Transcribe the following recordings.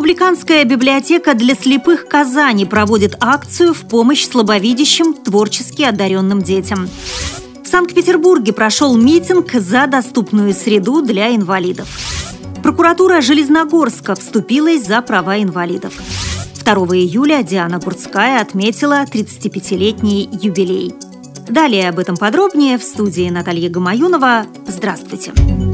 Республиканская библиотека для слепых Казани проводит акцию в помощь слабовидящим, творчески одаренным детям. В Санкт-Петербурге прошел митинг за доступную среду для инвалидов. Прокуратура Железногорска вступилась за права инвалидов. 2 июля Диана Гурцкая отметила 35-летний юбилей. Далее об этом подробнее в студии Наталья Гамаюнова. Здравствуйте!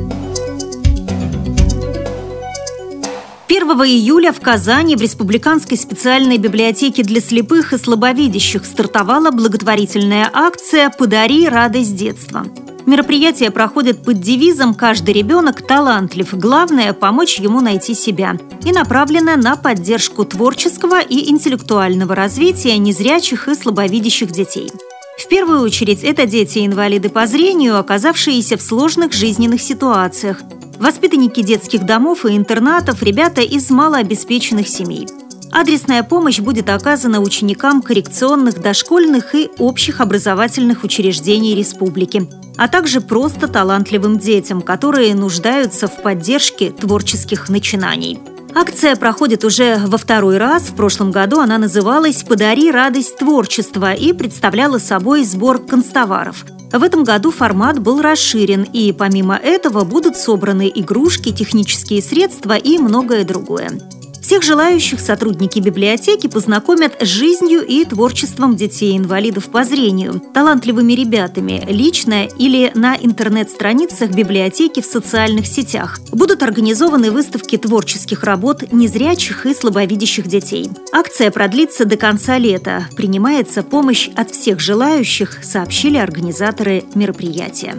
1 июля в Казани в Республиканской специальной библиотеке для слепых и слабовидящих стартовала благотворительная акция «Подари радость детства». Мероприятие проходит под девизом «Каждый ребенок талантлив, главное – помочь ему найти себя» и направлено на поддержку творческого и интеллектуального развития незрячих и слабовидящих детей. В первую очередь это дети-инвалиды по зрению, оказавшиеся в сложных жизненных ситуациях, воспитанники детских домов и интернатов, ребята из малообеспеченных семей. Адресная помощь будет оказана ученикам коррекционных, дошкольных и общих образовательных учреждений республики, а также просто талантливым детям, которые нуждаются в поддержке творческих начинаний. Акция проходит уже во второй раз. В прошлом году она называлась «Подари радость творчества» и представляла собой сбор констоваров. В этом году формат был расширен, и помимо этого будут собраны игрушки, технические средства и многое другое. Всех желающих сотрудники библиотеки познакомят с жизнью и творчеством детей-инвалидов по зрению, талантливыми ребятами, лично или на интернет-страницах библиотеки в социальных сетях. Будут организованы выставки творческих работ незрячих и слабовидящих детей. Акция продлится до конца лета. Принимается помощь от всех желающих, сообщили организаторы мероприятия.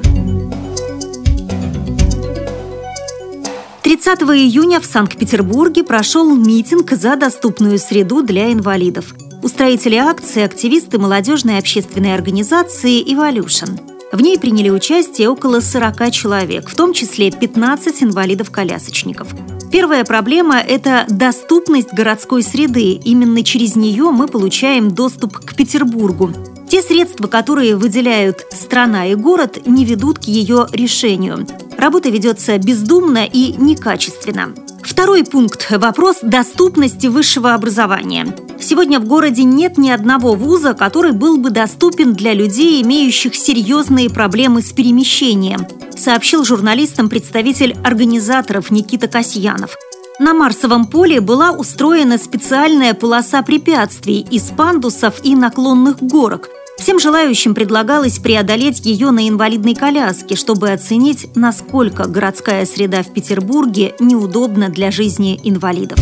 30 июня в Санкт-Петербурге прошел митинг за доступную среду для инвалидов. Устроители акции – активисты молодежной общественной организации «Evolution». В ней приняли участие около 40 человек, в том числе 15 инвалидов-колясочников. Первая проблема – это доступность городской среды. Именно через нее мы получаем доступ к Петербургу. Те средства, которые выделяют страна и город, не ведут к ее решению. Работа ведется бездумно и некачественно. Второй пункт – вопрос доступности высшего образования. Сегодня в городе нет ни одного вуза, который был бы доступен для людей, имеющих серьезные проблемы с перемещением, сообщил журналистам представитель организаторов Никита Касьянов. На Марсовом поле была устроена специальная полоса препятствий из пандусов и наклонных горок. Всем желающим предлагалось преодолеть ее на инвалидной коляске, чтобы оценить, насколько городская среда в Петербурге неудобна для жизни инвалидов.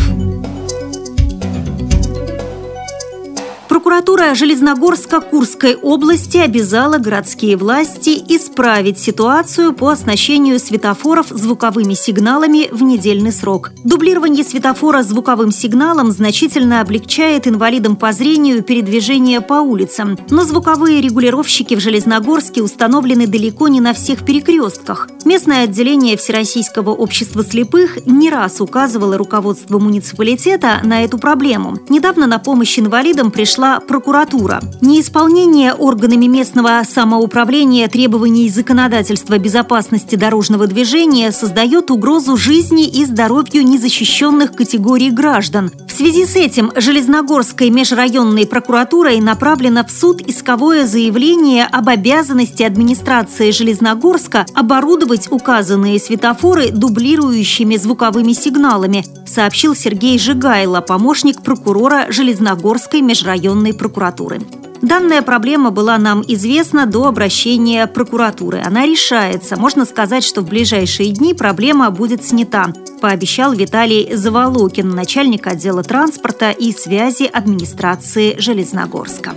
Прокуратура Железногорска-Курской области обязала городские власти исправить ситуацию по оснащению светофоров звуковыми сигналами в недельный срок. Дублирование светофора звуковым сигналом значительно облегчает инвалидам по зрению передвижение по улицам. Но звуковые регулировщики в Железногорске установлены далеко не на всех перекрестках. Местное отделение Всероссийского общества слепых не раз указывало руководству муниципалитета на эту проблему. Недавно на помощь инвалидам пришла прокуратура. Неисполнение органами местного самоуправления требований законодательства безопасности дорожного движения создает угрозу жизни и здоровью незащищенных категорий граждан. В связи с этим Железногорской межрайонной прокуратурой направлено в суд исковое заявление об обязанности администрации Железногорска оборудовать указанные светофоры дублирующими звуковыми сигналами, сообщил Сергей Жигайло, помощник прокурора Железногорской межрайонной прокуратуры. Данная проблема была нам известна до обращения прокуратуры. Она решается. Можно сказать, что в ближайшие дни проблема будет снята, пообещал Виталий Заволокин, начальник отдела транспорта и связи администрации Железногорска.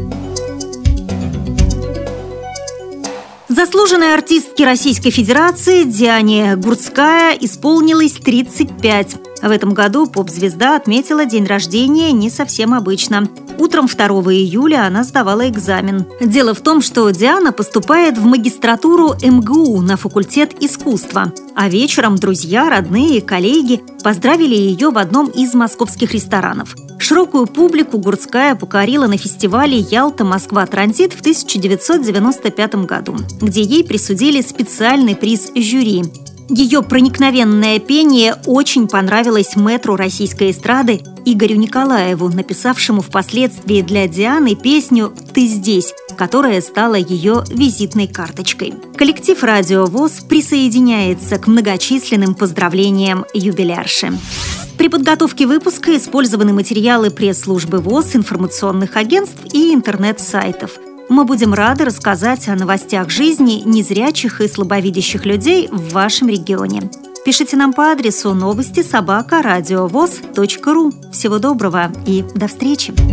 Заслуженной артистке Российской Федерации Диане Гурцкая исполнилось 35. В этом году поп-звезда отметила день рождения не совсем обычно. Утром 2 июля она сдавала экзамен. Дело в том, что Диана поступает в магистратуру МГУ на факультет искусства. А вечером друзья, родные и коллеги поздравили ее в одном из московских ресторанов. Широкую публику Гурцкая покорила на фестивале «Ялта-Москва-Транзит» в 1995 году, где ей присудили специальный приз жюри. Ее проникновенное пение очень понравилось мэтру российской эстрады Игорю Николаеву, написавшему впоследствии для Дианы песню «Ты здесь», которая стала ее визитной карточкой. Коллектив «Радио ВОС» присоединяется к многочисленным поздравлениям юбилярши. При подготовке выпуска использованы материалы пресс-службы ВОС, информационных агентств и интернет-сайтов. Мы будем рады рассказать о новостях жизни незрячих и слабовидящих людей в вашем регионе. Пишите нам по адресу новости@радиовос.ру. Всего доброго и до встречи!